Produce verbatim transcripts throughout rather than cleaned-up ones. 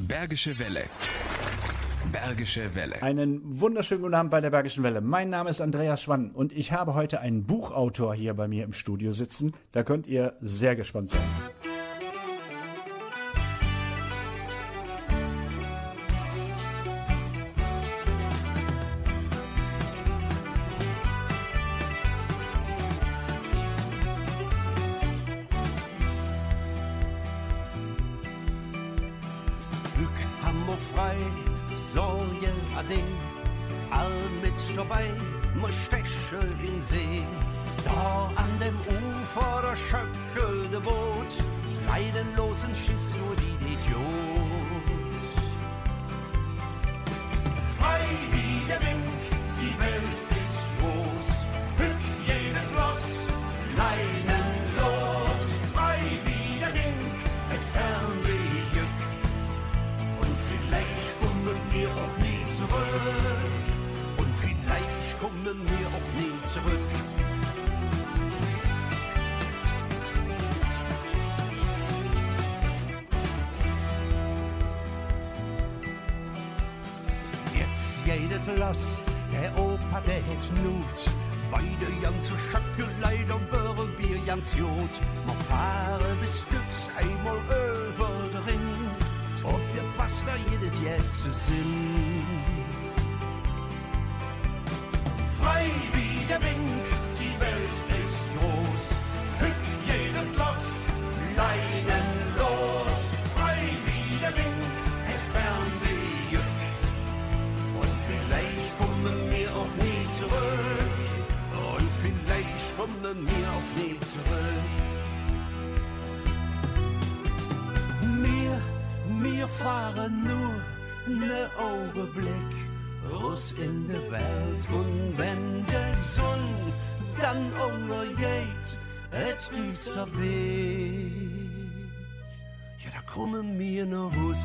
Bergische Welle. Bergische Welle. Einen wunderschönen guten Abend bei der Bergischen Welle. Mein Name ist Andreas Schwann und ich habe heute einen Buchautor hier bei mir im Studio sitzen. Da könnt ihr sehr gespannt sein. Frei, Sorgen ade, all mit dabei, mo Stechel in See. Da an dem Ufer der Schöckel de Boot, leidenlosen Schiffs nur die Idiot. Frei wie der Wind, die Welt ist groß, hück jeden Gloss, leidenlos. Frei wie der Wind, entfernt die Jück. Vielleicht kommen wir auch nie zurück. Und vielleicht kommen wir auch nie zurück. Jetzt jedet los, der Opa, der het Not. Beide ganze Schöcke, leider wären wir ganz gut. Man fahre bis Stücks einmal über drin. Ob der passt da jedes jetzt zu Sinn. Frei wie der Wind, die Welt ist groß. Hück jeden Gloss, leidenlos. Frei wie der Wind, entfernt die Jück. Und vielleicht kommen wir auch nie zurück. Und vielleicht kommen wir auch nie zurück. Wir Wir fahren nur ne Augenblick raus in der Welt. Und wenn der Sonn dann untergeht, et düster weht, ja, da kommen wir nach Hus.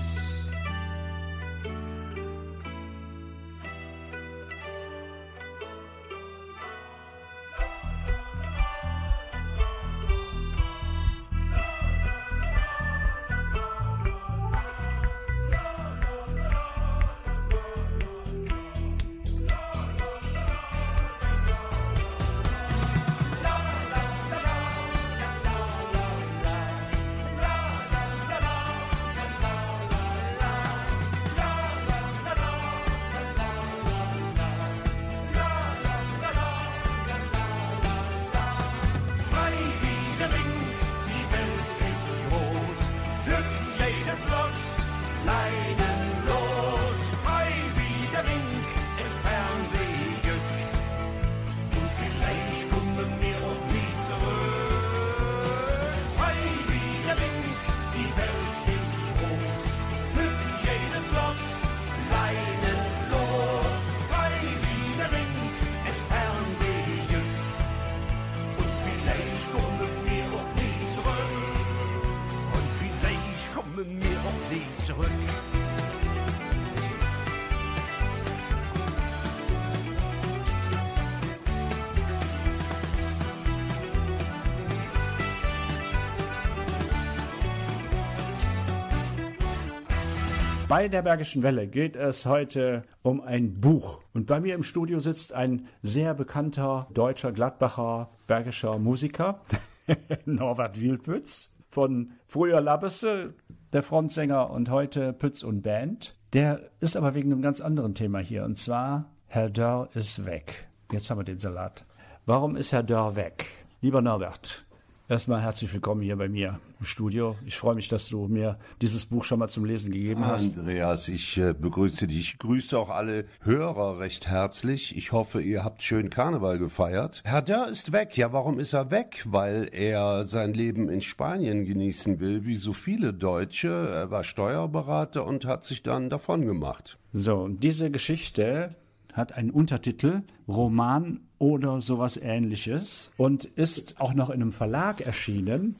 Bei der Bergischen Welle geht es heute um ein Buch. Und bei mir im Studio sitzt ein sehr bekannter deutscher Gladbacher bergischer Musiker, Norbert Wielpütz, von früher Labbese, der Frontsänger, und heute Pütz und Band. Der ist aber wegen einem ganz anderen Thema hier, und zwar Herr Dörr ist weg. Jetzt haben wir den Salat. Warum ist Herr Dörr weg? Lieber Norbert, erstmal herzlich willkommen hier bei mir im Studio. Ich freue mich, dass du mir dieses Buch schon mal zum Lesen gegeben hast. Andreas, ich äh, begrüße dich. Ich grüße auch alle Hörer recht herzlich. Ich hoffe, ihr habt schön Karneval gefeiert. Herr Dörr ist weg. Ja, warum ist er weg? Weil er sein Leben in Spanien genießen will, wie so viele Deutsche. Er war Steuerberater und hat sich dann davon gemacht. So, und diese Geschichte hat einen Untertitel, Roman oder sowas Ähnliches, und ist auch noch in einem Verlag erschienen,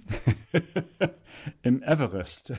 im Everest.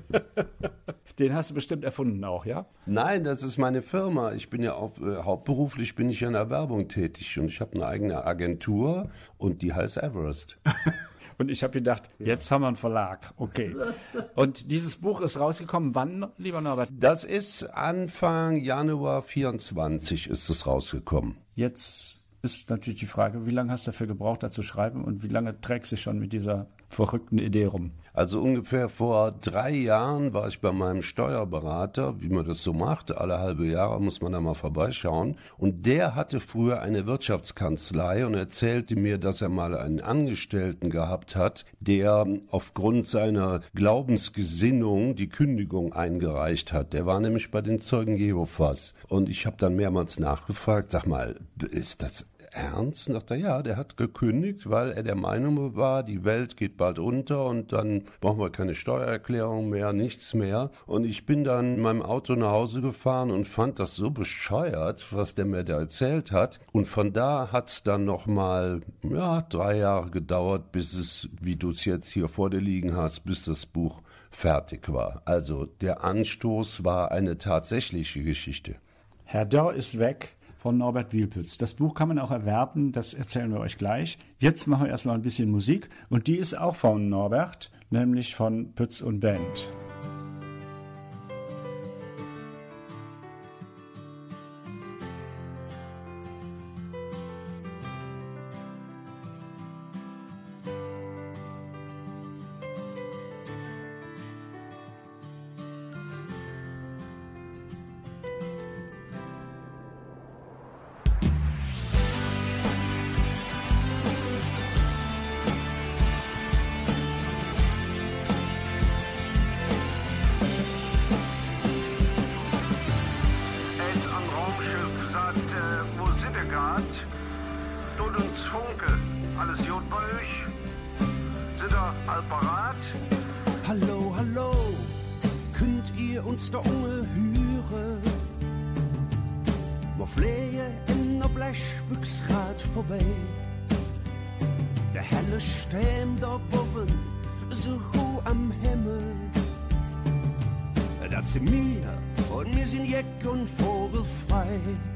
Den hast du bestimmt erfunden auch, ja? Nein, das ist meine Firma. Ich bin ja auf, äh, hauptberuflich bin ich in der Werbung tätig und ich habe eine eigene Agentur und die heißt Everest. Und ich habe gedacht, jetzt haben wir einen Verlag. Okay. Und dieses Buch ist rausgekommen. Wann, lieber Norbert? Das ist Anfang Januar vierundzwanzig ist es rausgekommen. Jetzt ist natürlich die Frage, wie lange hast du dafür gebraucht, da zu schreiben und wie lange trägst du schon mit dieser verrückten Idee rum? Also ungefähr vor drei Jahren war ich bei meinem Steuerberater, wie man das so macht. Alle halbe Jahre muss man da mal vorbeischauen. Und der hatte früher eine Wirtschaftskanzlei und erzählte mir, dass er mal einen Angestellten gehabt hat, der aufgrund seiner Glaubensgesinnung die Kündigung eingereicht hat. Der war nämlich bei den Zeugen Jehovas. Und ich habe dann mehrmals nachgefragt, sag mal, ist das ernst? Und dachte, ja, der hat gekündigt, weil er der Meinung war, die Welt geht bald unter und dann brauchen wir keine Steuererklärung mehr, nichts mehr. Und ich bin dann in meinem Auto nach Hause gefahren und fand das so bescheuert, was der mir da erzählt hat. Und von da hat's dann nochmal, ja, drei Jahre gedauert, bis es, wie du es jetzt hier vor dir liegen hast, bis das Buch fertig war. Also der Anstoß war eine tatsächliche Geschichte. Herr Dörr ist weg von Norbert Wielpütz. Das Buch kann man auch erwerben, das erzählen wir euch gleich. Jetzt machen wir erstmal ein bisschen Musik und die ist auch von Norbert, nämlich von Pütz und Band. Hallo, hallo, könnt ihr uns da unge hören? Wir fliegen in der Blechbüchsrad vorbei. Der helle Stern da oben, so hoch am Himmel. Das sind wir und wir sind Jeck und vogelfrei.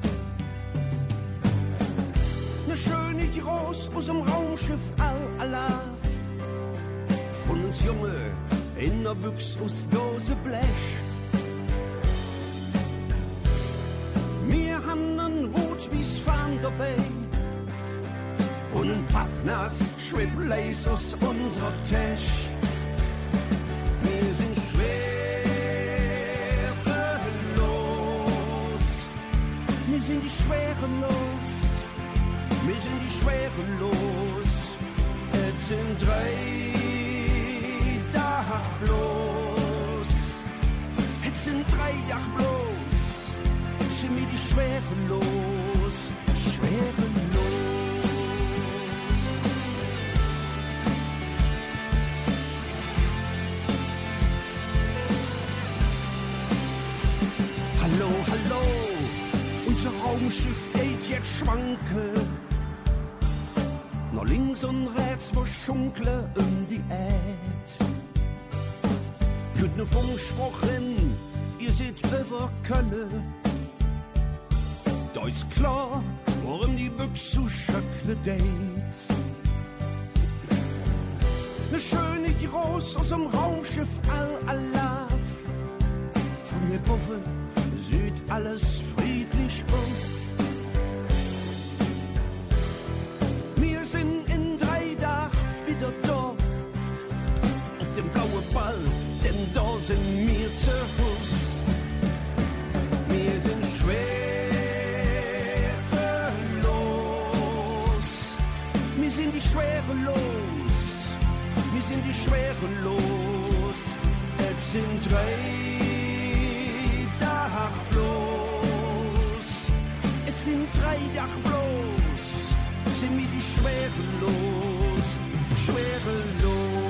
Ne schöne Groß aus dem Raumschiff Al-Alaf. Von uns Junge in der Büchs aus Dose Blech. Wir haben einen Rot-Wies-Fahnen dabei und ein Pappnass Schwibleis aus unserer Tisch. Wir sind schwerelos, wir sind die Schwerelos, wir sind die Schwerelos. Es sind drei bloß, jetzt sind drei Jahre bloß, sind mir die schwerelos, schwerelos. Hallo, hallo, unser Raumschiff geht jetzt schwanke, noch links und rechts wo schunkle um die Erd. Gut ne Funkspruchen, ihr seht über Könne. Da ist klar, worum die Büchse so schöckle deit. Ne schöne Groß aus dem Raumschiff Al-Alaf. Von mir Buffe sieht alles friedlich aus. Wir sind in drei Tagen wieder da. Auf dem blauen Ball. Denn da sind wir zu Fuß. Wir sind schwerelos. Wir sind die Schwerelos. Wir sind die Schwerelos. Es sind drei Tage bloß. Es sind drei Tage bloß. Sind wir die Schwerelos. Schwerelos.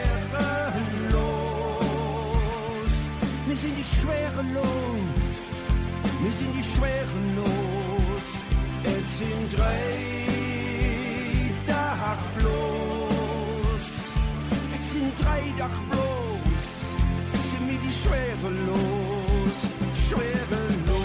Wir sind die Schwerelos, sind die Schweren los. Es sind drei Dach bloß. Es sind drei Dach bloß. Es sind mir die Schweren los. Schweren los.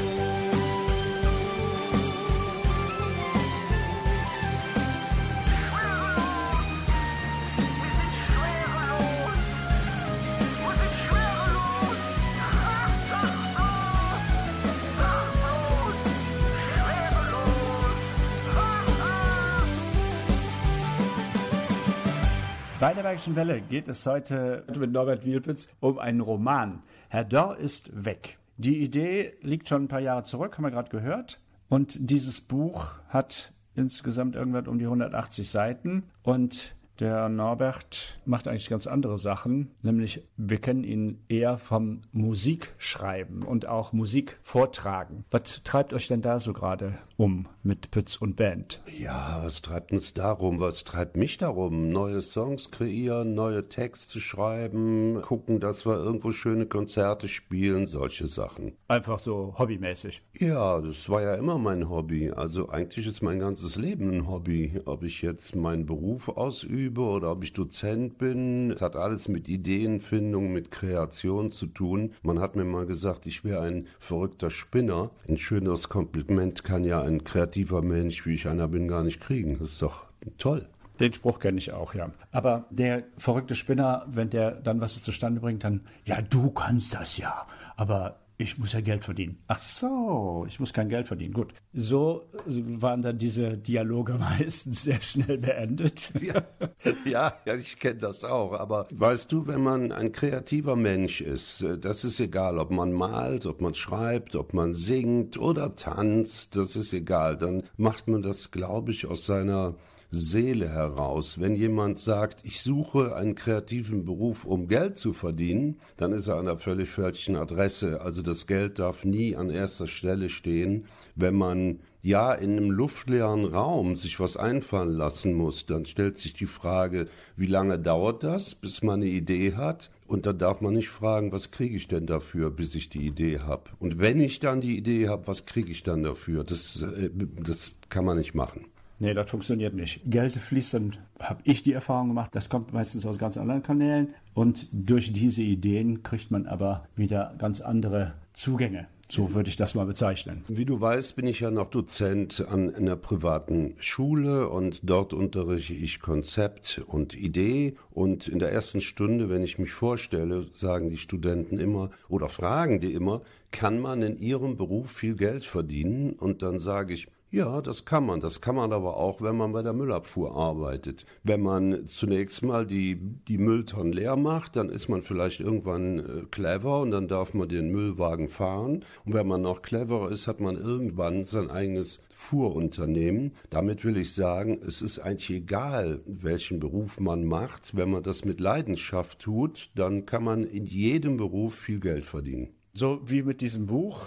Bei der Bergischen Welle geht es heute mit Norbert Wielpitz um einen Roman. Herr Dörr ist weg. Die Idee liegt schon ein paar Jahre zurück, haben wir gerade gehört. Und dieses Buch hat insgesamt irgendwann um die hundertachtzig Seiten. Und der Norbert macht eigentlich ganz andere Sachen. Nämlich, wir kennen ihn eher vom Musikschreiben und auch Musik vortragen. Was treibt euch denn da so gerade um mit Pütz und Band? Ja, was treibt uns darum? Was treibt mich darum? Neue Songs kreieren, neue Texte schreiben, gucken, dass wir irgendwo schöne Konzerte spielen, solche Sachen. Einfach so hobbymäßig. Ja, das war ja immer mein Hobby. Also eigentlich ist mein ganzes Leben ein Hobby. Ob ich jetzt meinen Beruf ausübe oder ob ich Dozent bin, es hat alles mit Ideenfindung, mit Kreation zu tun. Man hat mir mal gesagt, ich wäre ein verrückter Spinner. Ein schöneres Kompliment kann ja ein kreativer Mensch, wie ich einer bin, gar nicht kriegen. Das ist doch toll. Den Spruch kenne ich auch, ja. Aber der verrückte Spinner, wenn der dann was zustande bringt, dann, ja, du kannst das ja, aber ich muss ja Geld verdienen. Ach so, ich muss kein Geld verdienen. Gut. So waren dann diese Dialoge meistens sehr schnell beendet. Ja, ja, ja, ich kenne das auch. Aber weißt du, wenn man ein kreativer Mensch ist, das ist egal, ob man malt, ob man schreibt, ob man singt oder tanzt, das ist egal. Dann macht man das, glaube ich, aus seiner Seele heraus. Wenn jemand sagt, ich suche einen kreativen Beruf, um Geld zu verdienen, dann ist er an einer völlig falschen Adresse. Also das Geld darf nie an erster Stelle stehen. Wenn man ja in einem luftleeren Raum sich was einfallen lassen muss, dann stellt sich die Frage, wie lange dauert das, bis man eine Idee hat? Und dann darf man nicht fragen, was kriege ich denn dafür, bis ich die Idee habe? Und wenn ich dann die Idee habe, was kriege ich dann dafür? Das, das kann man nicht machen. Nee, das funktioniert nicht. Geld fließt, dann habe ich die Erfahrung gemacht, das kommt meistens aus ganz anderen Kanälen und durch diese Ideen kriegt man aber wieder ganz andere Zugänge. So würde ich das mal bezeichnen. Wie du weißt, bin ich ja noch Dozent an einer privaten Schule und dort unterrichte ich Konzept und Idee. Und in der ersten Stunde, wenn ich mich vorstelle, sagen die Studenten immer oder fragen die immer, kann man in ihrem Beruf viel Geld verdienen? Und dann sage ich, ja, das kann man. Das kann man aber auch, wenn man bei der Müllabfuhr arbeitet. Wenn man zunächst mal die, die Mülltonnen leer macht, dann ist man vielleicht irgendwann äh, clever und dann darf man den Müllwagen fahren. Und wenn man noch cleverer ist, hat man irgendwann sein eigenes Fuhrunternehmen. Damit will ich sagen, es ist eigentlich egal, welchen Beruf man macht. Wenn man das mit Leidenschaft tut, dann kann man in jedem Beruf viel Geld verdienen. So wie mit diesem Buch.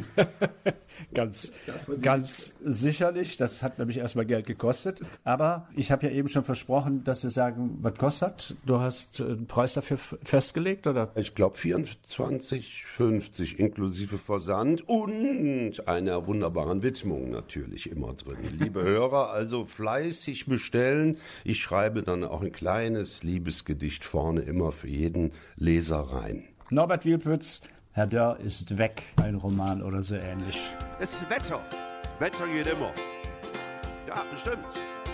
ganz, ganz sicherlich. Das hat nämlich erstmal Geld gekostet. Aber ich habe ja eben schon versprochen, dass wir sagen, was kostet. Du hast einen Preis dafür festgelegt, oder? Ich glaube vierundzwanzig fünfzig inklusive Versand und einer wunderbaren Widmung natürlich immer drin. Liebe Hörer, also fleißig bestellen. Ich schreibe dann auch ein kleines Liebesgedicht vorne immer für jeden Leser rein. Norbert Wielpitz, Herr Dörr ist weg, ein Roman oder so ähnlich. Das Wetter. Wetter geht immer. Ja, bestimmt.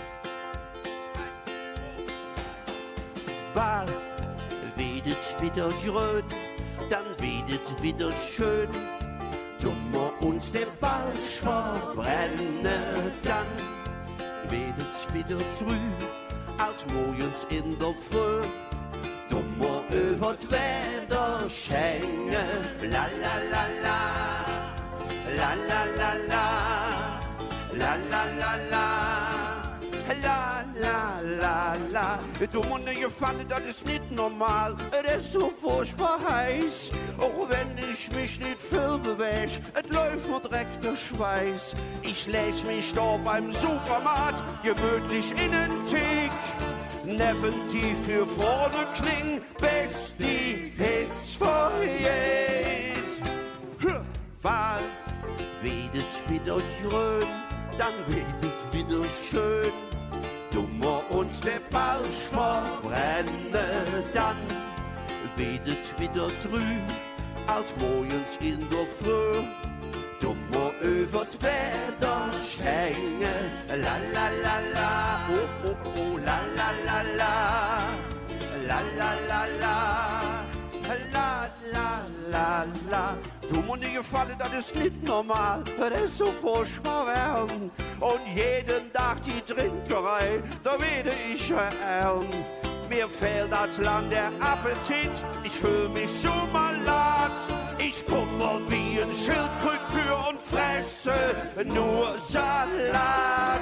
Bald wedet's wieder grün, dann wedet's wieder schön. Tun wir uns den Balsch verbrennen, dann wedet's wieder trüb, als morgens in der Früh. Dummer über Wetter schängen, la la la la, la la la la, la la la la, la la la la. Du Munde gefallen, das ist nicht normal, es ist so furchtbar heiß. Auch wenn ich mich nicht viel bewege, es läuft mir direkt der Schweiß. Ich läs mich da beim Supermarkt gemütlich in den Tick. Neven die für vorne klingen, bis die Hits vergeht. Weil weht es wieder grün, dann weht es wieder schön. Dummer uns der Balsch verbrenne, dann weht es wieder trüb, als morgens in der Früh. Dummer über das Wetter schänge, la la la la, oh oh oh, la la la la, la la la la, la la la la. Du mir nicht gefallen, das ist nicht normal, das ist so furchtbar werden. Und jeden Tag die Trinkerei, da werde ich ern. Mir fehlt als Land der Appetit, ich fühl mich so malat. Ich kummer wie ein Schildkröt für und fresse nur Salat.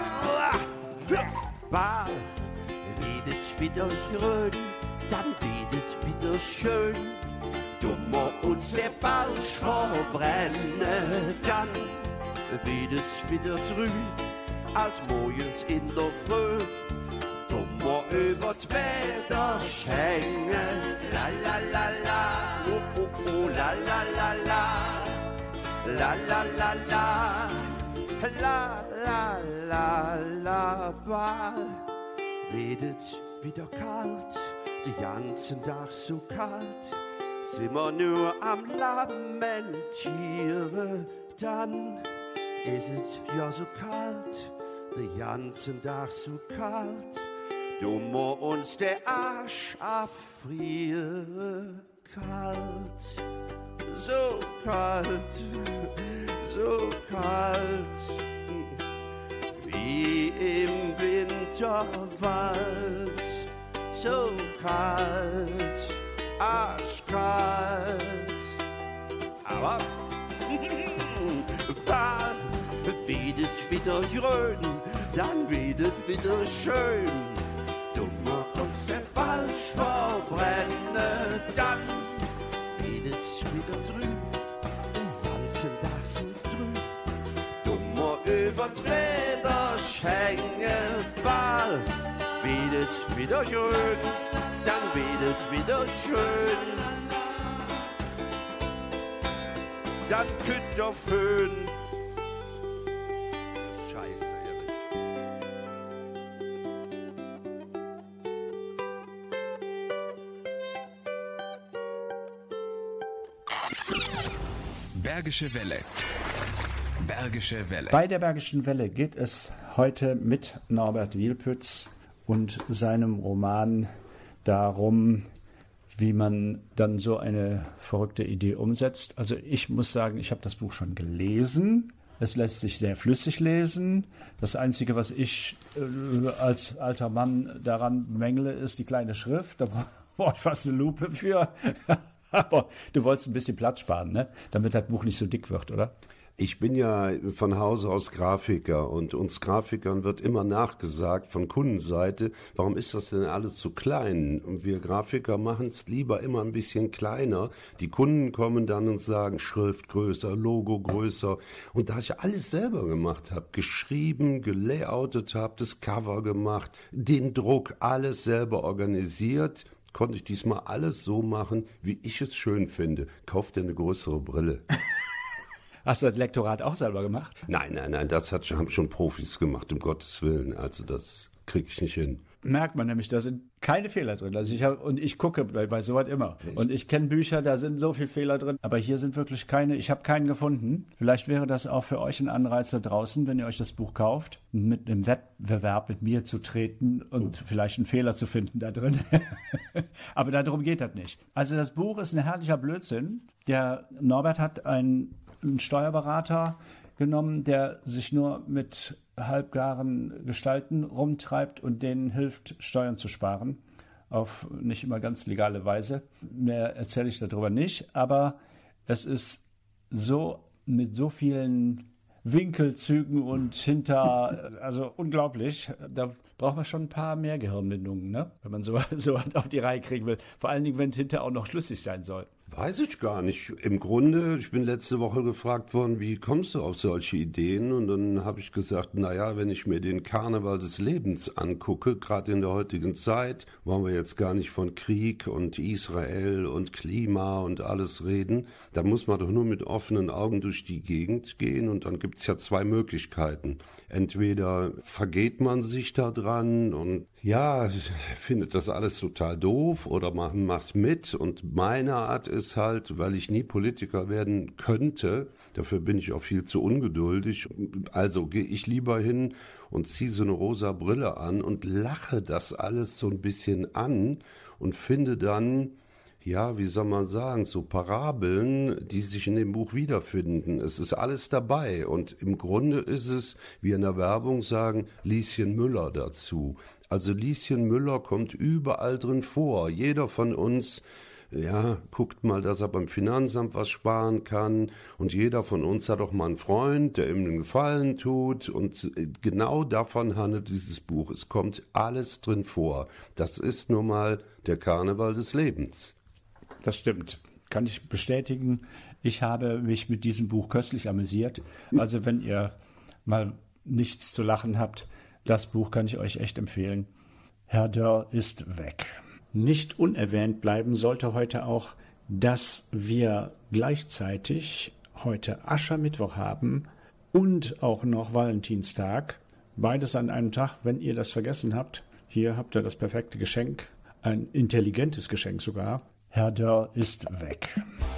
Ball, wedet wieder grün, dann wedet wieder schön. Dummer uns der Balsch verbrenne, dann wedet wieder trüb, als morgens in der Früh. Dummer übers Wetter schänge, la la la la, oh oh oh, la la la la, la la la la, la la la la, Ball. Wedet wieder kalt, den ganzen Tag so kalt, sind wir nur am Lamentieren, dann ist es ja so kalt, den ganzen Tag so kalt. Dummer uns der Arsch erfriere, kalt, so kalt, so kalt, wie im Winterwald, so kalt, arschkalt, aber bald weht es wieder grün, dann weht es wieder schön. Dummer uns der Balsch verbrenne, dann weht es wieder trüb, den ganzen Tag so trüb. Dummer übers Räder schänge, Ball, weht es wieder grün, dann weht es wieder schön. Dann könnt ihr föhn. Bergische Welle. Bergische Welle. Bei der Bergischen Welle geht es heute mit Norbert Wielpütz und seinem Roman darum, wie man dann so eine verrückte Idee umsetzt. Also ich muss sagen, ich habe das Buch schon gelesen. Es lässt sich sehr flüssig lesen. Das Einzige, was ich äh, als alter Mann daran bemängle, ist die kleine Schrift. Da brauche ich fast eine Lupe für. Aber du wolltest ein bisschen Platz sparen, ne? Damit das Buch nicht so dick wird, oder? Ich bin ja von Hause aus Grafiker und uns Grafikern wird immer nachgesagt von Kundenseite, warum ist das denn alles zu klein? Und wir Grafiker machen es lieber immer ein bisschen kleiner. Die Kunden kommen dann und sagen, Schrift größer, Logo größer. Und da ich alles selber gemacht habe, geschrieben, gelayoutet habe, das Cover gemacht, den Druck, alles selber organisiert, konnte ich diesmal alles so machen, wie ich es schön finde. Kauf dir eine größere Brille. Hast du das Lektorat auch selber gemacht? Nein, nein, nein, das hat, haben schon Profis gemacht, um Gottes Willen. Also das kriege ich nicht hin. Merkt man nämlich, da sind keine Fehler drin. Also ich hab, und ich gucke bei, bei sowas immer. Und ich kenne Bücher, da sind so viele Fehler drin. Aber hier sind wirklich keine, ich habe keinen gefunden. Vielleicht wäre das auch für euch ein Anreiz da draußen, wenn ihr euch das Buch kauft, mit einem Wettbewerb mit mir zu treten und vielleicht einen Fehler zu finden da drin. Aber darum geht das nicht. Also das Buch ist ein herrlicher Blödsinn. Der Norbert hat einen, einen Steuerberater genommen, der sich nur mit halbgaren Gestalten rumtreibt und denen hilft, Steuern zu sparen, auf nicht immer ganz legale Weise. Mehr erzähle ich darüber nicht, aber es ist so mit so vielen Winkelzügen und hinter, also unglaublich. Da braucht man schon ein paar mehr Gehirnbindungen, ne? Wenn man so, so auf die Reihe kriegen will. Vor allen Dingen, wenn es hinter auch noch schlüssig sein soll. Weiß ich gar nicht. Im Grunde, ich bin letzte Woche gefragt worden, wie kommst du auf solche Ideen? Und dann habe ich gesagt, naja, wenn ich mir den Karneval des Lebens angucke, gerade in der heutigen Zeit, wollen wir jetzt gar nicht von Krieg und Israel und Klima und alles reden, dann muss man doch nur mit offenen Augen durch die Gegend gehen und dann gibt es ja zwei Möglichkeiten. Entweder vergeht man sich da dran und ja, findet das alles total doof oder man macht mit. Und meine Art ist halt, weil ich nie Politiker werden könnte, dafür bin ich auch viel zu ungeduldig, also gehe ich lieber hin und ziehe so eine rosa Brille an und lache das alles so ein bisschen an und finde dann, ja, wie soll man sagen, so Parabeln, die sich in dem Buch wiederfinden. Es ist alles dabei und im Grunde ist es, wie in der Werbung sagen, Lieschen Müller dazu. Also Lieschen Müller kommt überall drin vor. Jeder von uns, ja, guckt mal, dass er beim Finanzamt was sparen kann und jeder von uns hat auch mal einen Freund, der ihm einen Gefallen tut und genau davon handelt dieses Buch. Es kommt alles drin vor. Das ist nun mal der Karneval des Lebens. Das stimmt. Kann ich bestätigen. Ich habe mich mit diesem Buch köstlich amüsiert. Also wenn ihr mal nichts zu lachen habt, das Buch kann ich euch echt empfehlen. Herr Dörr ist weg. Nicht unerwähnt bleiben sollte heute auch, dass wir gleichzeitig heute Aschermittwoch haben und auch noch Valentinstag. Beides an einem Tag, wenn ihr das vergessen habt. Hier habt ihr das perfekte Geschenk, ein intelligentes Geschenk sogar. Herr Dörr ist weg.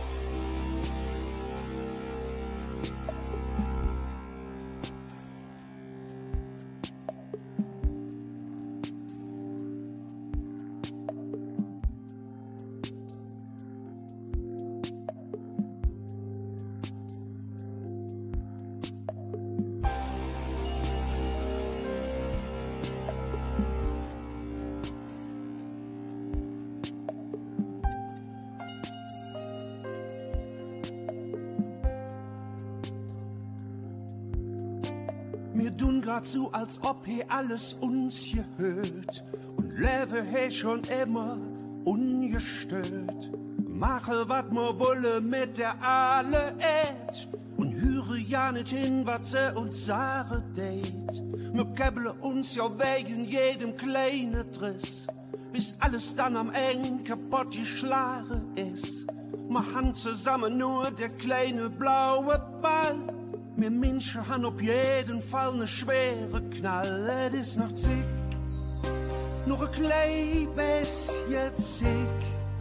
Wir tun grad so, als ob hier alles uns gehört und lebe hier schon immer ungestört. Mache, wat wir wollen mit der alle Erd und höre ja nicht hin, was sie uns sagen deit. Wir käbbeln uns ja wegen jedem kleinen Driss, bis alles dann am Ende kaputt geschlagen ist. Wir haben zusammen nur der kleine blaue Ball. Wir Menschen haben auf jeden Fall ne schwere Knall. Es ist noch zick, nur ein klein bisschen zick.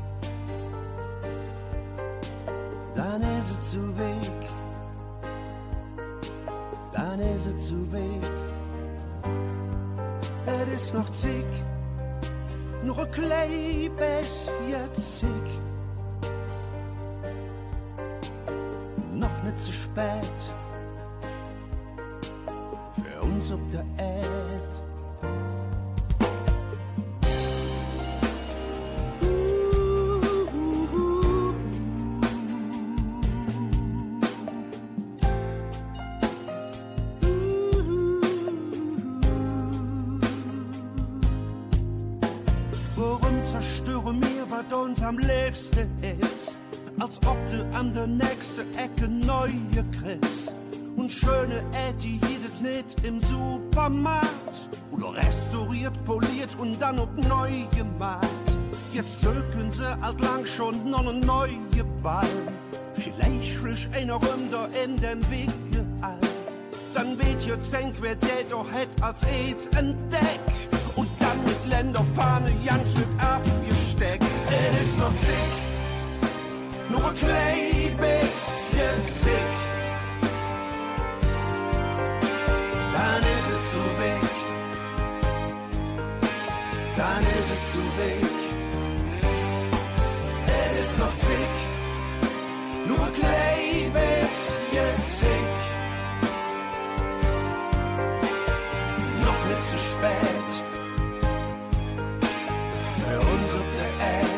Dann ist es zu weg, dann ist es zu weg. Es ist noch zick, nur ein klein bisschen zick. Noch nicht zu spät für uns auf der Erde. Warum zerstören wir, was uns am liebsten ist? Als ob du an der nächsten Ecke neue kriegst. Und schöne Ätti jedes nicht im Supermarkt. Oder restauriert, poliert und dann ob neu gemacht. Jetzt söken sie alt lang schon noch ne neue Ball. Vielleicht frisch einer rum da in dem Weg all. Dann weht jetzt denk, wer der doch hätt als AIDS entdeckt. Und dann mit Länderfahne ganz mit aufgesteckt. Es ist noch zick, nur ein klein bisschen zick. Dann ist es zu weg, dann ist es zu weg. Es ist noch zick, nur ein klein bisschen zick. Noch nicht zu spät für uns auf der Erde.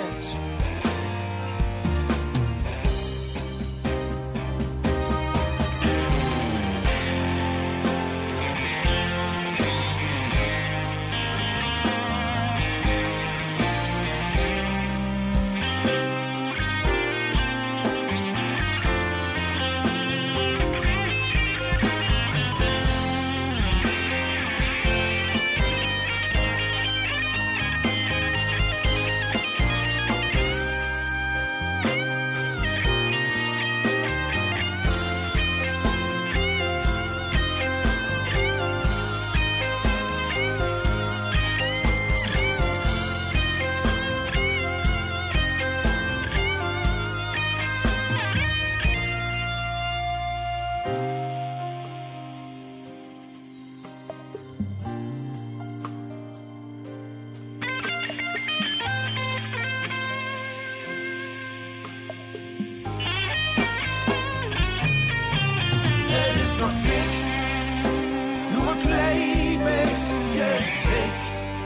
ist noch zick, nur ein klein bisschen sick.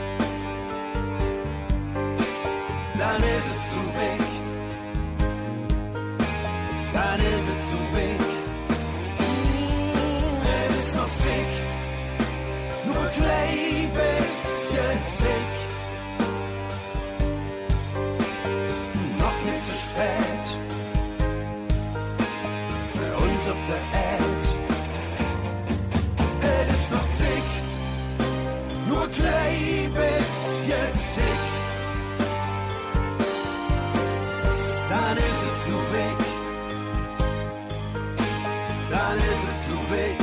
Dann ist es zu weg, dann ist es zu weg. Es ist noch zick, nur ein klein bisschen zick. Noch nicht zu spät für uns auf der Erde. Es ist noch zick, nur ein klein bisschen zick. Dann ist es zu weg, dann ist es zu weg.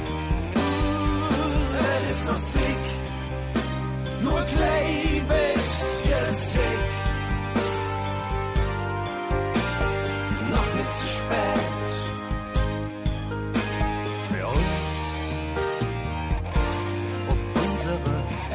Es ist noch zick, nur ein klein bisschen zick. Noch nicht zu spät für uns und unsere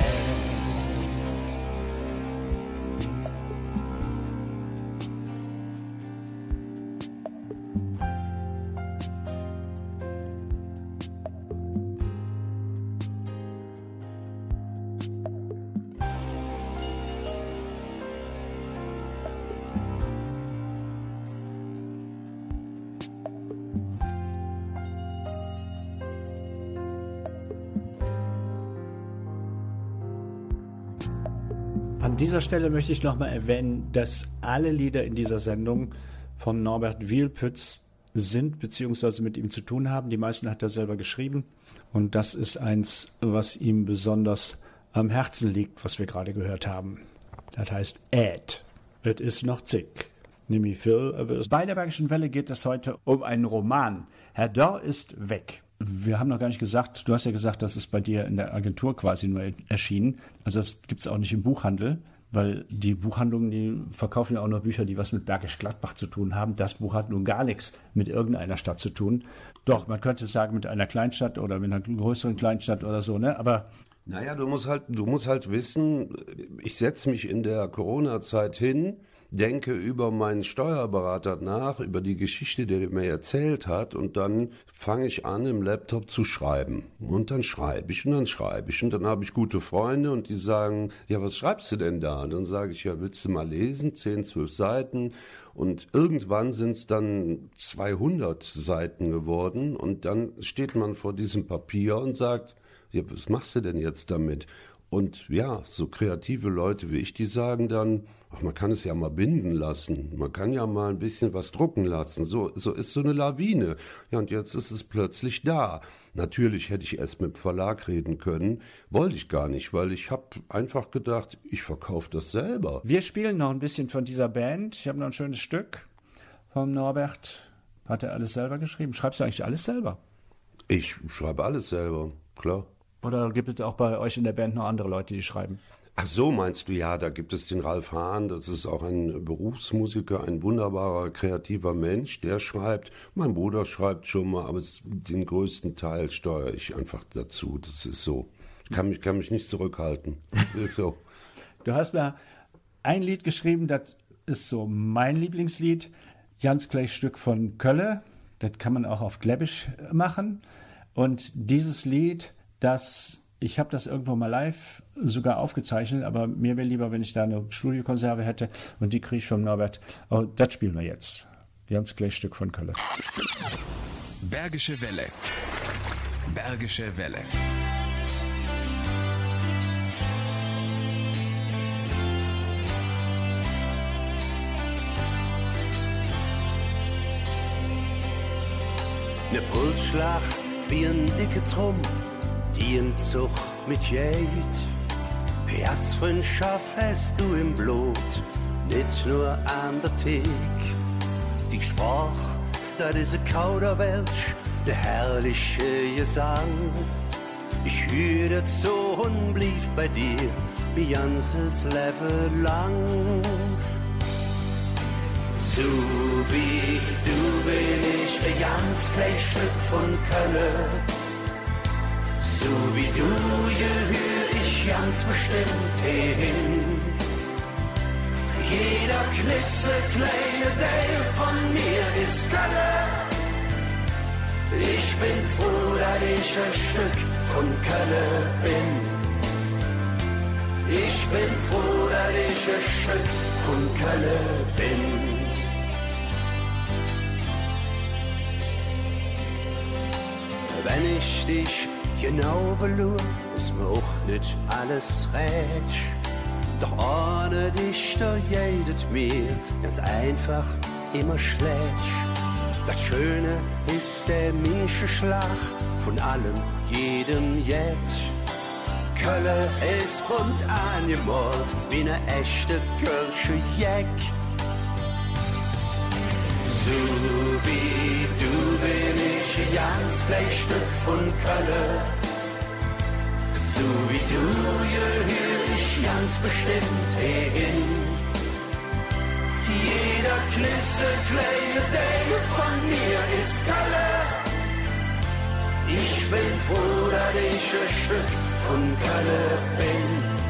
An dieser Stelle möchte ich nochmal erwähnen, dass alle Lieder in dieser Sendung von Norbert Wielpütz sind, beziehungsweise mit ihm zu tun haben. Die meisten hat er selber geschrieben. Und das ist eins, was ihm besonders am Herzen liegt, was wir gerade gehört haben. Das heißt Ed. Es ist noch zick. Nimi Phil. Bei der Bergischen Welle geht es heute um einen Roman. Herr Dörr ist weg. Wir haben noch gar nicht gesagt, du hast ja gesagt, das ist bei dir in der Agentur quasi nur erschienen. Also das gibt es auch nicht im Buchhandel, weil die Buchhandlungen, die verkaufen ja auch noch Bücher, die was mit Bergisch Gladbach zu tun haben. Das Buch hat nun gar nichts mit irgendeiner Stadt zu tun. Doch, man könnte sagen mit einer Kleinstadt oder mit einer größeren Kleinstadt oder so, ne? Aber naja, du musst halt, du musst halt wissen, ich setze mich in der Corona-Zeit hin, denke über meinen Steuerberater nach, über die Geschichte, die er mir erzählt hat, und dann fange ich an, im Laptop zu schreiben. Und dann schreibe ich und dann schreibe ich. Und dann habe ich gute Freunde und die sagen, ja, was schreibst du denn da? Und dann sage ich, ja, willst du mal lesen? Zehn, zwölf Seiten. Und irgendwann sind es dann zweihundert Seiten geworden. Und dann steht man vor diesem Papier und sagt, ja, was machst du denn jetzt damit? Und ja, so kreative Leute wie ich, die sagen dann, ach, man kann es ja mal binden lassen, man kann ja mal ein bisschen was drucken lassen, so, so ist so eine Lawine. Ja, und jetzt ist es plötzlich da. Natürlich hätte ich erst mit dem Verlag reden können, wollte ich gar nicht, weil ich habe einfach gedacht, ich verkaufe das selber. Wir spielen noch ein bisschen von dieser Band. Ich habe noch ein schönes Stück vom Norbert. Hat er alles selber geschrieben? Schreibst du eigentlich alles selber? Ich schreibe alles selber, klar. Oder gibt es auch bei euch in der Band noch andere Leute, die schreiben? Ach so, meinst du, ja, da gibt es den Ralf Hahn, das ist auch ein Berufsmusiker, ein wunderbarer, kreativer Mensch, der schreibt, mein Bruder schreibt schon mal, aber es, den größten Teil steuere ich einfach dazu, das ist so. Ich kann mich, kann mich nicht zurückhalten, das ist so. Du hast mir ein Lied geschrieben, das ist so mein Lieblingslied, ganz gleich Stück von Kölle, das kann man auch auf Gläbisch machen, und dieses Lied, das, ich habe das irgendwo mal live sogar aufgezeichnet, aber mir wäre lieber, wenn ich da eine Studiokonserve hätte, und die kriege ich vom Norbert. Oh, das spielen wir jetzt. Ganz gleich Stück von Kölle. Bergische Welle. Bergische Welle. Ne Pulsschlag wie ein dicke Trumm, die im Zug mit Jade. Herzfreundschaft hast du im Blut, nicht nur an der Thek. Die Sprach, das ist ein Kauderwelsch, der herrliche Gesang. Ich höre das so und blieb bei dir, wie ganzes Leben lang. So wie du bin ich ein ganz kleines Stück von Köln. So wie du gehör ich ganz bestimmt hin. Jeder klitzekleine Teil von mir ist Köln. Ich bin froh, dass ich ein Stück von Köln bin. Ich bin froh, dass ich ein Stück von Köln bin. Wenn ich dich genau belur, ist mir auch nicht alles recht. Doch ohne dich, da jedet mir ganz einfach immer schlecht. Das Schöne ist der Menschenschlag von allem, jedem jetzt. Kölle ist bunt angemalt wie ne echte Kölsche Jeck. So wie du bin ich ein ganz kleines Stück von Kölle. So wie du gehör ich ganz bestimmt hin. Jeder klitzekleine Teil von mir ist Kölle. Ich bin froh, dass ich ein Stück von Kölle bin.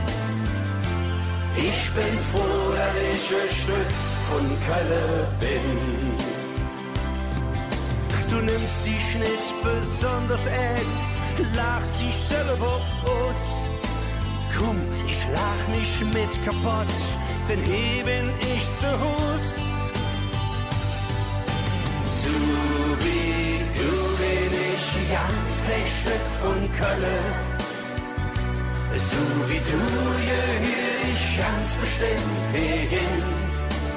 Ich bin froh, dass ich ein Stück von Kölle bin. Du nimmst dich nicht besonders ernst, lachst dich selber aus. Komm, ich lach nicht mit kaputt, denn hier bin ich zu Hus. So wie du bin ich ein ganz kleines Stück von Köln. So wie du gehör ich ganz bestimmt hin.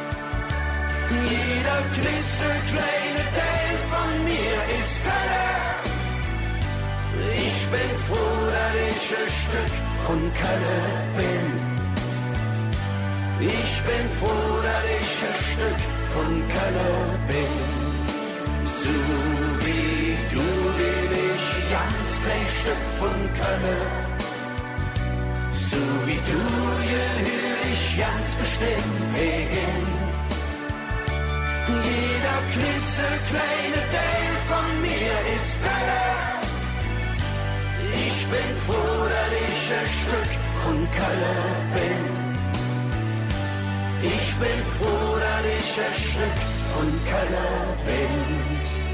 Jeder klitzekleine Teil von mir ist Köln. Ich bin froh, dass ich ein Stück von Köln bin. Ich bin froh, dass ich ein Stück von Köln bin. So wie du bin ich ein ganz kleines Stück von Köln. So wie du gehör ich ganz bestimmt hin. Jeder klitzekleine Teil von mir ist Köln. Ich bin froh, dass ich ein Stück von Köln bin. Ich bin froh, dass ich ein Stück von Köln bin.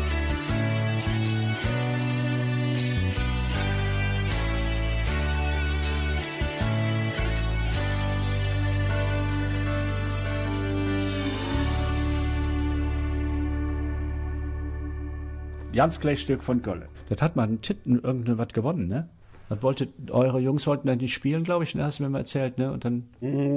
Ganz kleines Stück von Köln. Das hat mal einen Titten irgendein was gewonnen, ne? Das wollte, eure Jungs wollten dann nicht spielen, glaube ich, ne? Hast du mir mal erzählt, ne? Und dann.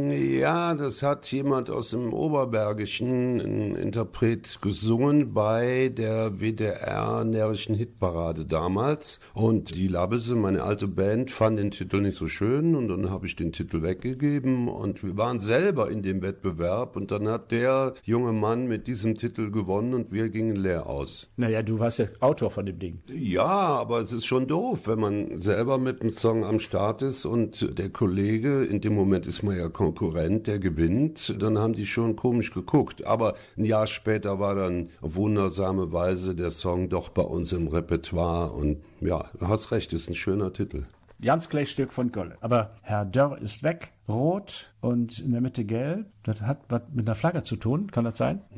Ja, das hat jemand aus dem Oberbergischen, ein Interpret, gesungen bei der W D R Närrischen Hitparade damals. Und die Labbese, meine alte Band, fand den Titel nicht so schön und dann habe ich den Titel weggegeben und wir waren selber in dem Wettbewerb und dann hat der junge Mann mit diesem Titel gewonnen und wir gingen leer aus. Naja, du warst ja Autor von dem Ding. Ja, aber es ist schon doof, wenn man selber mit einem Song am Start ist und der Kollege, in dem Moment ist man ja Konkurrent, der gewinnt, dann haben die schon komisch geguckt. Aber ein Jahr später war dann auf wundersame Weise der Song doch bei uns im Repertoire und ja, du hast recht, ist ein schöner Titel. Ganz kleines Stück von Köln. Aber Herr Dörr ist weg, rot und in der Mitte gelb. Das hat was mit einer Flagge zu tun, kann das sein?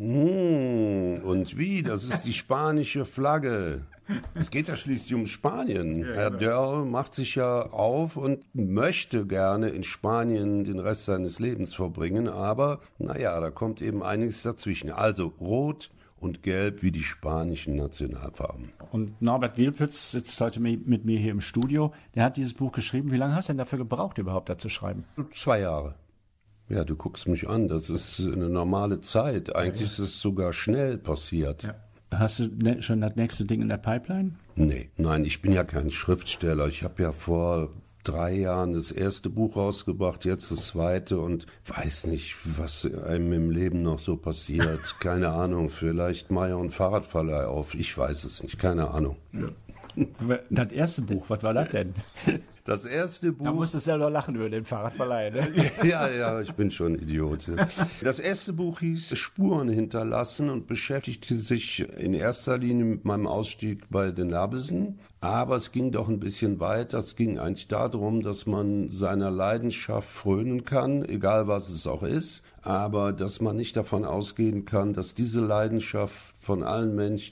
Mmh, und wie? Das ist die spanische Flagge. Es geht ja schließlich um Spanien. Ja, Herr Dörr macht sich ja auf und möchte gerne in Spanien den Rest seines Lebens verbringen, aber naja, da kommt eben einiges dazwischen. Also rot und gelb wie die spanischen Nationalfarben. Und Norbert Wielpitz sitzt heute mit mir hier im Studio. Der hat dieses Buch geschrieben. Wie lange hast du denn dafür gebraucht, überhaupt da zu schreiben? Zwei Jahre. Ja, du guckst mich an. Das ist eine normale Zeit. Eigentlich ja, ja. ist es sogar schnell passiert. Ja. Hast du ne, schon das nächste Ding in der Pipeline? Nee, nein, ich bin ja kein Schriftsteller. Ich habe ja vor drei Jahren das erste Buch rausgebracht, jetzt das zweite und weiß nicht, was einem im Leben noch so passiert. Keine Ahnung, vielleicht mache ich auch einen Fahrradverleih auf. Ich weiß es nicht, keine Ahnung. Ja. Das erste Buch, was war das denn? Das erste Buch... Da musstest du selber lachen über den Fahrradverleih, ne? Ja, ja, ich bin schon Idiot. Das erste Buch hieß Spuren hinterlassen und beschäftigte sich in erster Linie mit meinem Ausstieg bei den Labbesen. Aber es ging doch ein bisschen weiter. Es ging eigentlich darum, dass man seiner Leidenschaft frönen kann, egal was es auch ist. Aber dass man nicht davon ausgehen kann, dass diese Leidenschaft von allen Menschen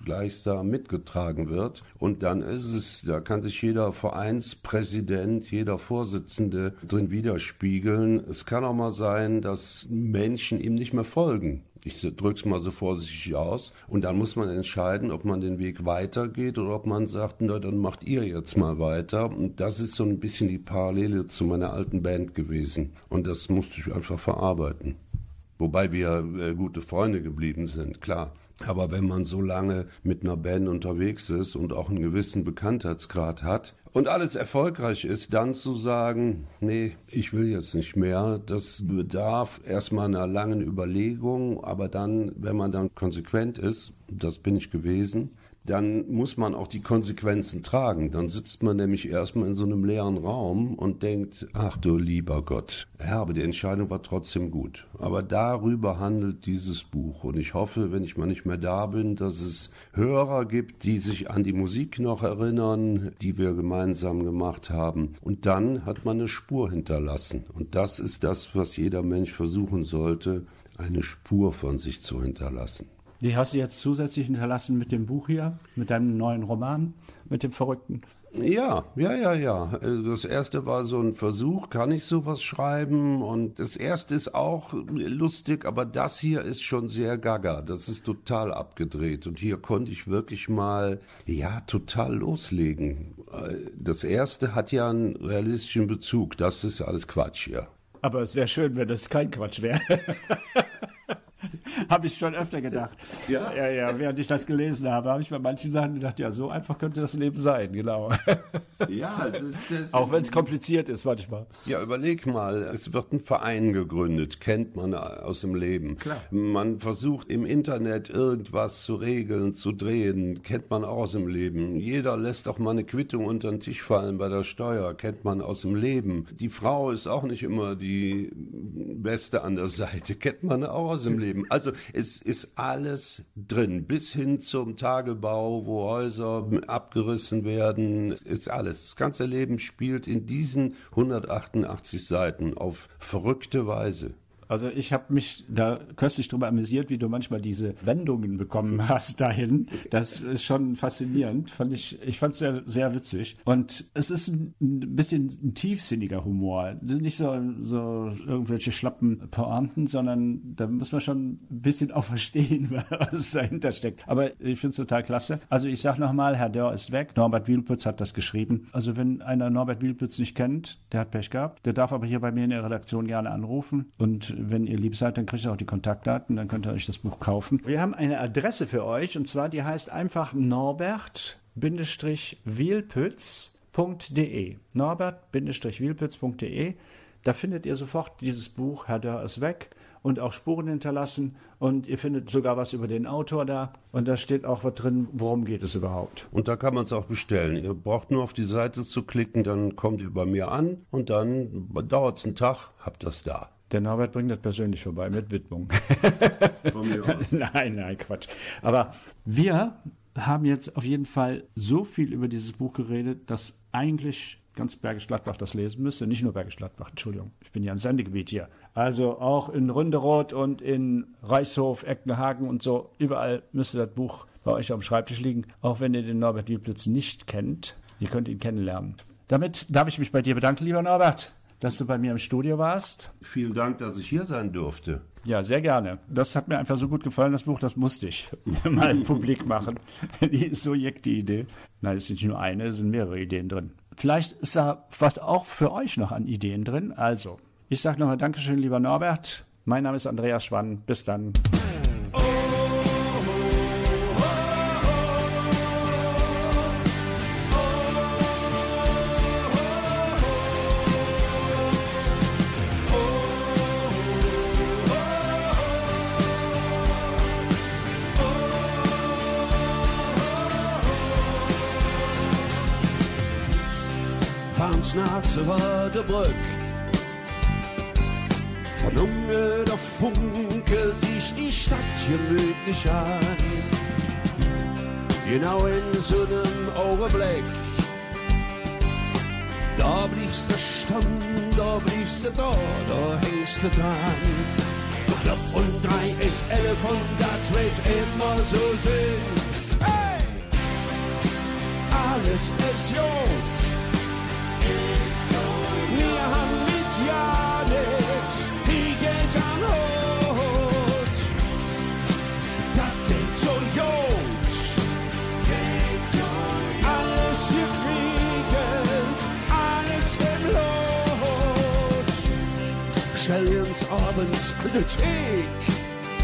gleichsam mitgetragen wird. Und dann ist es, da kann sich jeder Vereinspräsident, jeder Vorsitzende drin widerspiegeln. Es kann auch mal sein, dass Menschen ihm nicht mehr folgen. Ich drück's mal so vorsichtig aus. Und dann muss man entscheiden, ob man den Weg weitergeht oder ob man sagt, na, dann macht ihr jetzt mal weiter. Und das ist so ein bisschen die Parallele zu meiner alten Band gewesen. Und das musste ich einfach verarbeiten. Wobei wir äh, gute Freunde geblieben sind, klar. Aber wenn man so lange mit einer Band unterwegs ist und auch einen gewissen Bekanntheitsgrad hat und alles erfolgreich ist, dann zu sagen, nee, ich will jetzt nicht mehr, das bedarf erstmal einer langen Überlegung, aber dann, wenn man dann konsequent ist, das bin ich gewesen, dann muss man auch die Konsequenzen tragen. Dann sitzt man nämlich erstmal in so einem leeren Raum und denkt, ach du lieber Gott, ja, aber die Entscheidung war trotzdem gut. Aber darüber handelt dieses Buch. Und ich hoffe, wenn ich mal nicht mehr da bin, dass es Hörer gibt, die sich an die Musik noch erinnern, die wir gemeinsam gemacht haben. Und dann hat man eine Spur hinterlassen. Und das ist das, was jeder Mensch versuchen sollte, eine Spur von sich zu hinterlassen. Die hast du jetzt zusätzlich hinterlassen mit dem Buch hier, mit deinem neuen Roman, mit dem Verrückten? Ja, ja, ja, ja. Das erste war so ein Versuch, kann ich sowas schreiben? Und das erste ist auch lustig, aber das hier ist schon sehr gaga. Das ist total abgedreht. Und hier konnte ich wirklich mal, ja, total loslegen. Das erste hat ja einen realistischen Bezug. Das ist alles Quatsch hier. Aber es wäre schön, wenn das kein Quatsch wäre. Habe ich schon öfter gedacht. Ja? ja, ja, während ich das gelesen habe, habe ich bei manchen Sachen gedacht, ja, so einfach könnte das Leben sein, genau. Ja, es ist, es auch wenn es kompliziert ist manchmal. Ja, überleg mal, es wird ein Verein gegründet, kennt man aus dem Leben. Klar. Man versucht im Internet irgendwas zu regeln, zu drehen, kennt man auch aus dem Leben. Jeder lässt auch mal eine Quittung unter den Tisch fallen bei der Steuer, kennt man aus dem Leben. Die Frau ist auch nicht immer die Beste an der Seite, kennt man auch aus dem Leben. Also es ist alles drin, bis hin zum Tagebau, wo Häuser abgerissen werden, ist alles. Das ganze Leben spielt in diesen hundertachtundachtzig Seiten auf verrückte Weise. Also ich habe mich da köstlich drüber amüsiert, wie du manchmal diese Wendungen bekommen hast dahin. Das ist schon faszinierend. Fand ich ich fand es sehr, sehr witzig. Und es ist ein, ein bisschen ein tiefsinniger Humor. Nicht so, so irgendwelche schlappen Pointen, sondern da muss man schon ein bisschen auch verstehen, was dahinter steckt. Aber ich finde es total klasse. Also ich sage nochmal, Herr Dörr ist weg. Norbert Wielpütz hat das geschrieben. Also wenn einer Norbert Wielpütz nicht kennt, der hat Pech gehabt. Der darf aber hier bei mir in der Redaktion gerne anrufen. Und wenn ihr lieb seid, dann kriegt ihr auch die Kontaktdaten, dann könnt ihr euch das Buch kaufen. Wir haben eine Adresse für euch und zwar, die heißt einfach norbert wielpütz punkt de. norbert wielpütz punkt de. Da findet ihr sofort dieses Buch, Herr Dörr ist weg, und auch Spuren hinterlassen und ihr findet sogar was über den Autor da und da steht auch was drin, worum geht es überhaupt. Und da kann man es auch bestellen. Ihr braucht nur auf die Seite zu klicken, dann kommt ihr bei mir an und dann dauert es einen Tag, habt das da. Der Norbert bringt das persönlich vorbei mit Widmung. Von mir aus. Nein, nein, Quatsch. Aber wir haben jetzt auf jeden Fall so viel über dieses Buch geredet, dass eigentlich ganz Bergisch Gladbach das lesen müsste. Nicht nur Bergisch Gladbach, Entschuldigung. Ich bin ja im Sendegebiet hier. Also auch in Ründeroth und in Reichshof, Eckenhagen und so. Überall müsste das Buch bei euch auf dem Schreibtisch liegen. Auch wenn ihr den Norbert Wielpütz nicht kennt. Ihr könnt ihn kennenlernen. Damit darf ich mich bei dir bedanken, lieber Norbert, dass du bei mir im Studio warst. Vielen Dank, dass ich hier sein durfte. Ja, sehr gerne. Das hat mir einfach so gut gefallen, das Buch, das musste ich mal publik machen. Die ist so jeck, die Idee. Nein, es ist nicht nur eine, es sind mehrere Ideen drin. Vielleicht ist da was auch für euch noch an Ideen drin. Also, ich sage nochmal Dankeschön, lieber Norbert. Mein Name ist Andreas Schwann. Bis dann. Nachts über der Brück. Von unten da funkelt dich die Stadt gemütlich an. Genau in so einem Augenblick. Da bliebst du stehen, da bliebst du da, da hängst du dran. Club und drei ist elf und das wird immer so sein. alles ist gut. Wir haben mit ja nix, die geht am Hut. Das geht so gut. Alles gekriegt, alles im Lot. Stell uns abends ne Thek.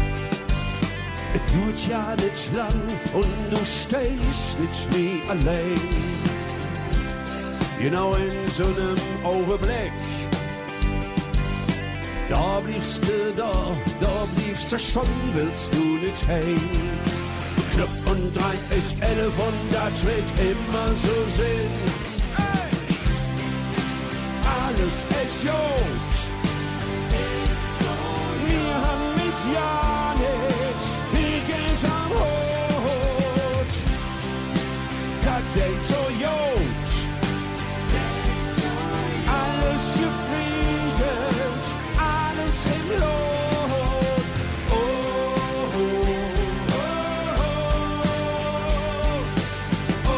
Es tut ja nicht lang und du stehst nicht nie allein. Genau in so einem Augenblick, da bliebst du da, da bliebst du schon, willst du nicht heim. Club und drei ist elf und das wird immer so sein. Hey! Alles ist gut. Wir haben mit ja nichts, wie geht's am Hut. Das geht so gut. Alles gefriedelt, alles im Lot. Oh, oh, oh, oh,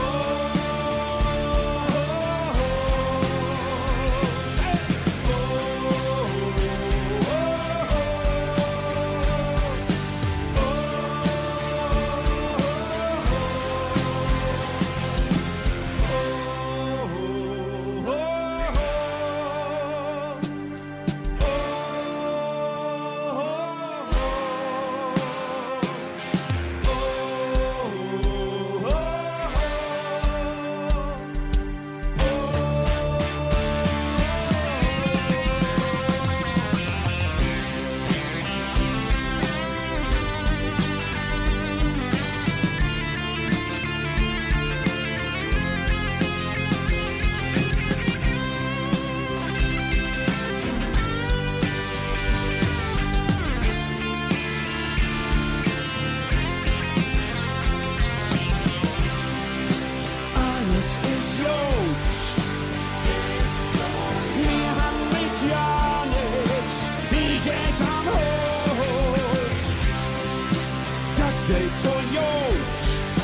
alles ist gut. Wir haben mit ja nichts, wie geht am Hut. Das geht so gut.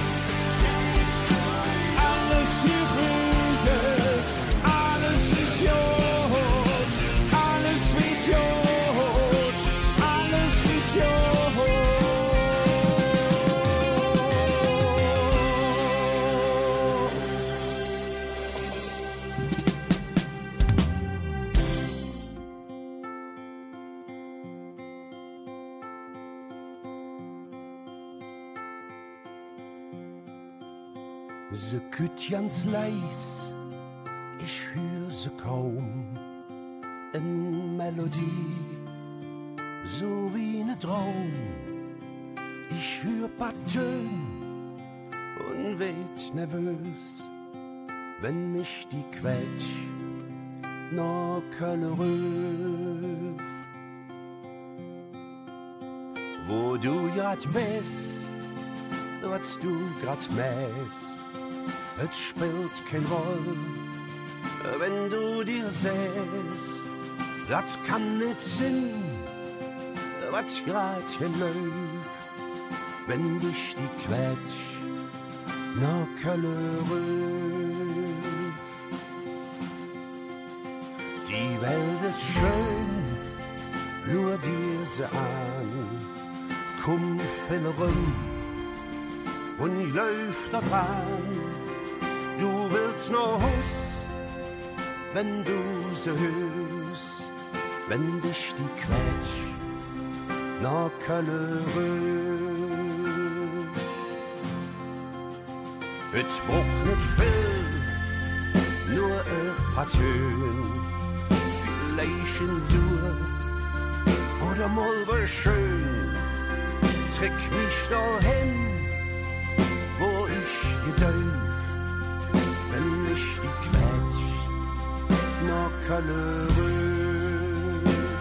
Alles geregelt, alles ist gut. Alles wird gut, alles ist gut. Se kütt ganz leis, ich hör se kaum. En Melodie, so wie ne Traum. Ich hör paar Töne und werd nervös, wenn mich die Quetsch noch Kölle rüff. Wo du grad bist, was du grad mäst, es spielt kein Roll, wenn du dir sehst, das kann nicht Sinn, was grad hier läuft, wenn dich die Quetsch nach Kölle rüff. Die Welt ist schön, nur dir sie an, komm, fill rum, und ich läuf da dran. Du willst noch Haus, wenn du sie hörst, wenn dich die Quetsch nach Kölle rüff. Es braucht nicht viel, nur ein paar Töne, vielleicht ein Dur oder mal was schön. Trick mich dahin, wo ich gedäuf, wenn mich die Quetsch nach Kölle rüff.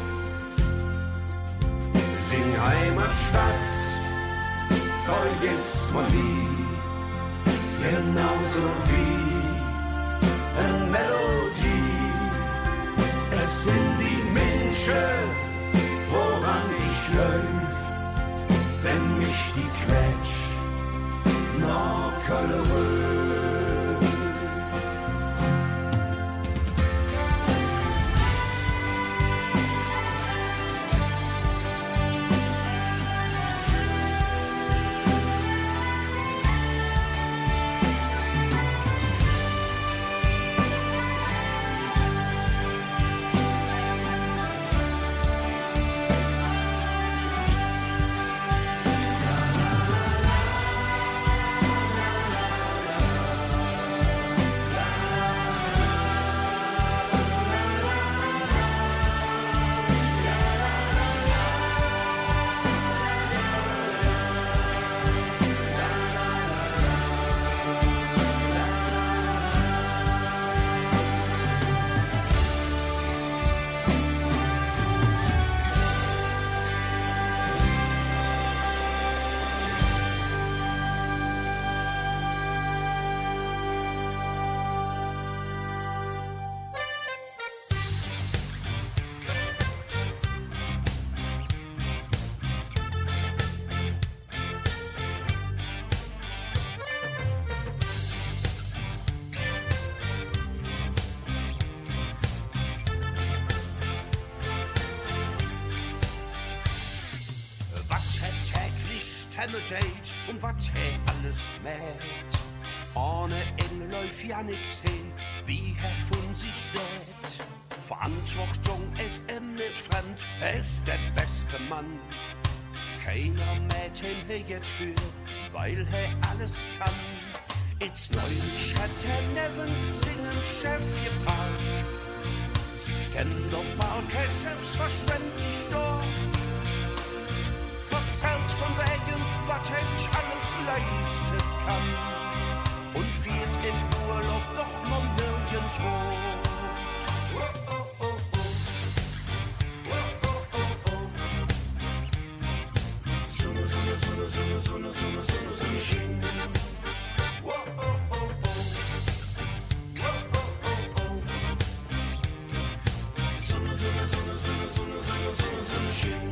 Sing Heimatstadt, vergiss mal nie, genauso wie eine Melodie. Es sind die Menschen, woran ich läuf, wenn mich die Quetsch nach Kölle rüff. Hemme geht und wat he alles mäht. Ohne Ende läuft ja nix he, wie er von sich sät. Verantwortung ist ihm nicht fremd, er ist der beste Mann. Keiner mäht ihn hier jetzt für, weil er alles kann. Jetzt neulich hat der Neven singen Chef geparkt. Sie kennen doch mal kein selbstverständlich doch. Verzählt von wegen, was er sich alles leisten kann. Und fährt im Urlaub doch noch nirgendwo. Sonne, Sonne, Sonne, Sonne, Sonne, Sonne, Sonne, Sonne, Schien. Sonne, Sonne, Sonne, Sonne, Sonne, Sonne, Sonne, Sonne, Schien.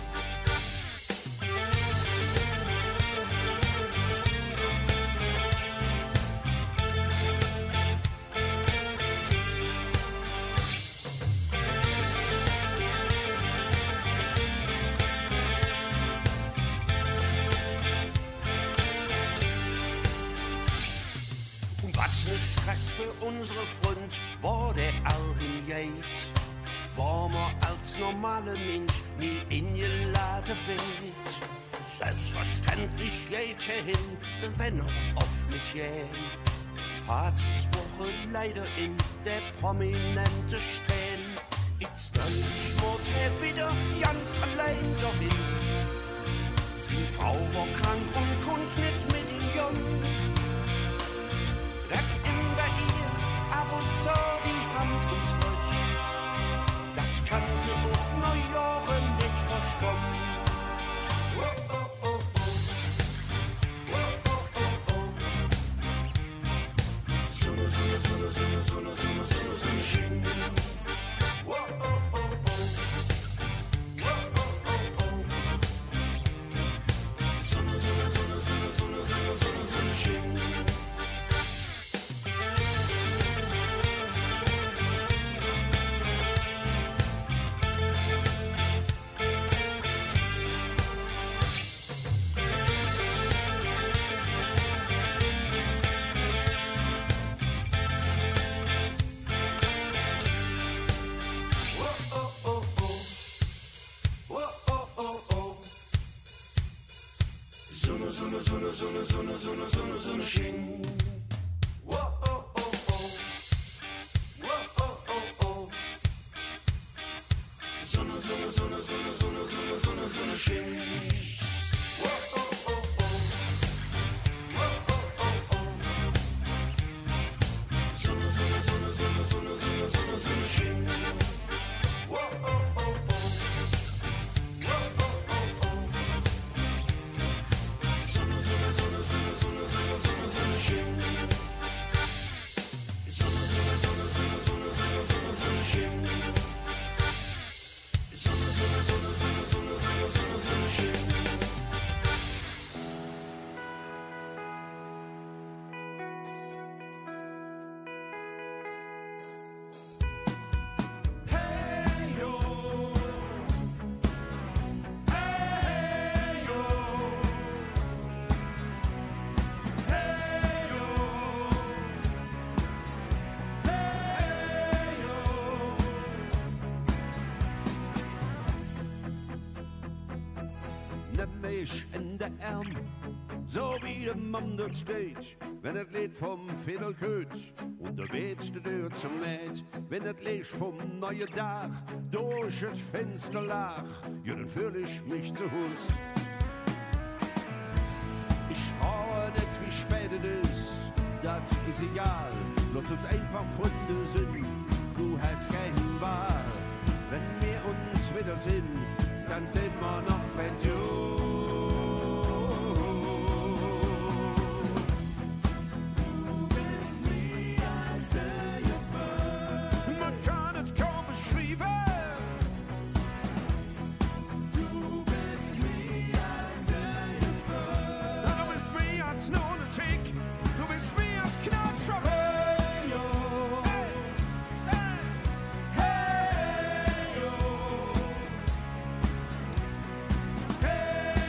Stress für unsere Freund war der Alvin Yates. War man als normale Mensch nie ingeladen wird. Selbstverständlich geht er hin, wenn auch oft mit jähen. Partys Woche leider in der Prominente stehen. Jetzt neulich muss er wieder ganz allein dahin. Seine Frau war krank und konnte nicht mit ihm jungen. Dat in bei ihr ab und so die Hand ins Rutsch. Das kann sie auch noch Jahre nicht verstehen. Oh, oh, oh, oh. Oh, oh, oh, oh. Sonne, Sonne, Sonne, Sonne, Sonne, Sonne, Sonne, Sonne, Schien. Oh, oh, oh, oh. Oh, oh, oh, oh. Sonne, Sonne, Sonne, Sonne, Sonne, Sonne, Sonne, Sonne, Schien. Sonne, Sonne, Sonne, Sonne, Sonne, Sonne, Sonne, Schien. Oh, oh, oh, oh. Oh, oh, oh, oh. Sonne, Sonne, Sonne, Sonne, Sonne, Sonne, Sonne, Sonne, Schien. Oh, oh, oh, oh. Oh, oh, oh, oh. Sonne, Sonne, Sonne, Sonne, Sonne, Sonne, Sonne, Sonne, Schien. Oh, oh, oh, oh. In der Arm, so wie der Mann dort steht, wenn das Lied vom Fiddle köt und der Wetste Tür zum Mäht, wenn das Licht vom neuen Tag durch das Fenster lag, ja, dann fühl ich mich zu Hus. Ich frage nicht, wie spät es ist, das ist egal, lass uns einfach Freunde sind, du hast keine Wahl. Wenn wir uns wieder sind, dann sind wir noch Pension. Hey,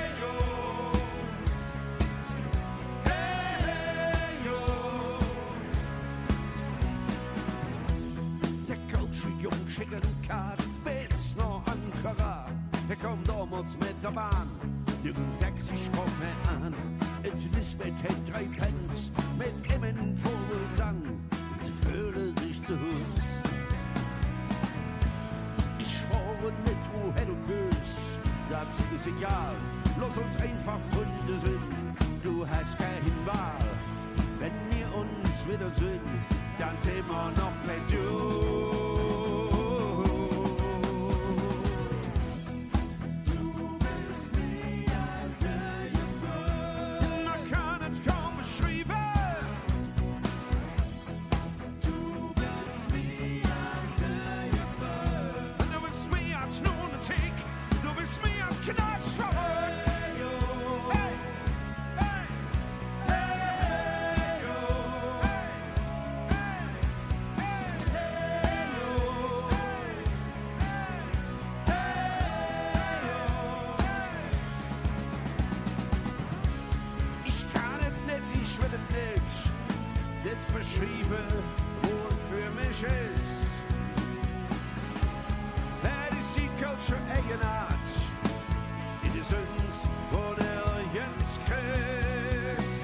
gegen Kat bis nach Ankara. Er kommt damals mit der Bahn, Jürgen sechzig kommt mir an. Et Lisbeth hat drei Pence mit ihm in Vogelsang. Und sie fühlen sich zu Hus. Ich frage nicht, woher du gehst, das ist egal. Lass uns einfach Freunde sind, du hast keine Wahl. Wenn wir uns wieder sind, dann sind wir noch bei dir. Beschrieben, wohl für mich ist. Das ist die Culture Eigenart, die ist uns, wo der Jens Christ.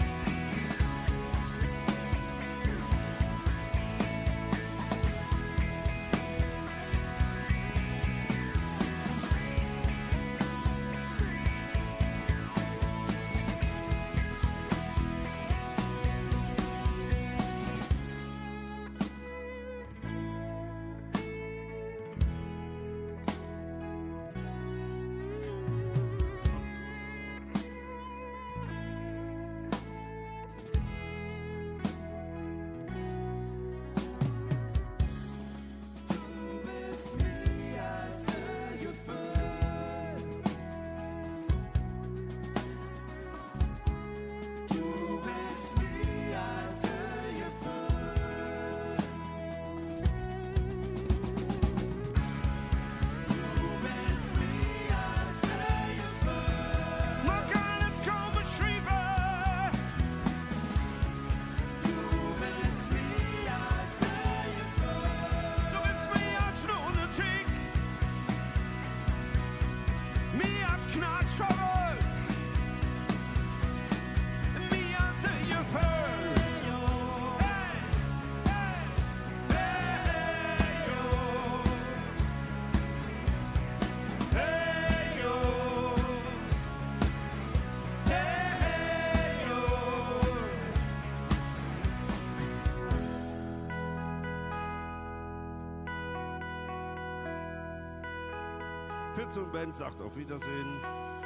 Fitz und Ben sagt auf Wiedersehen.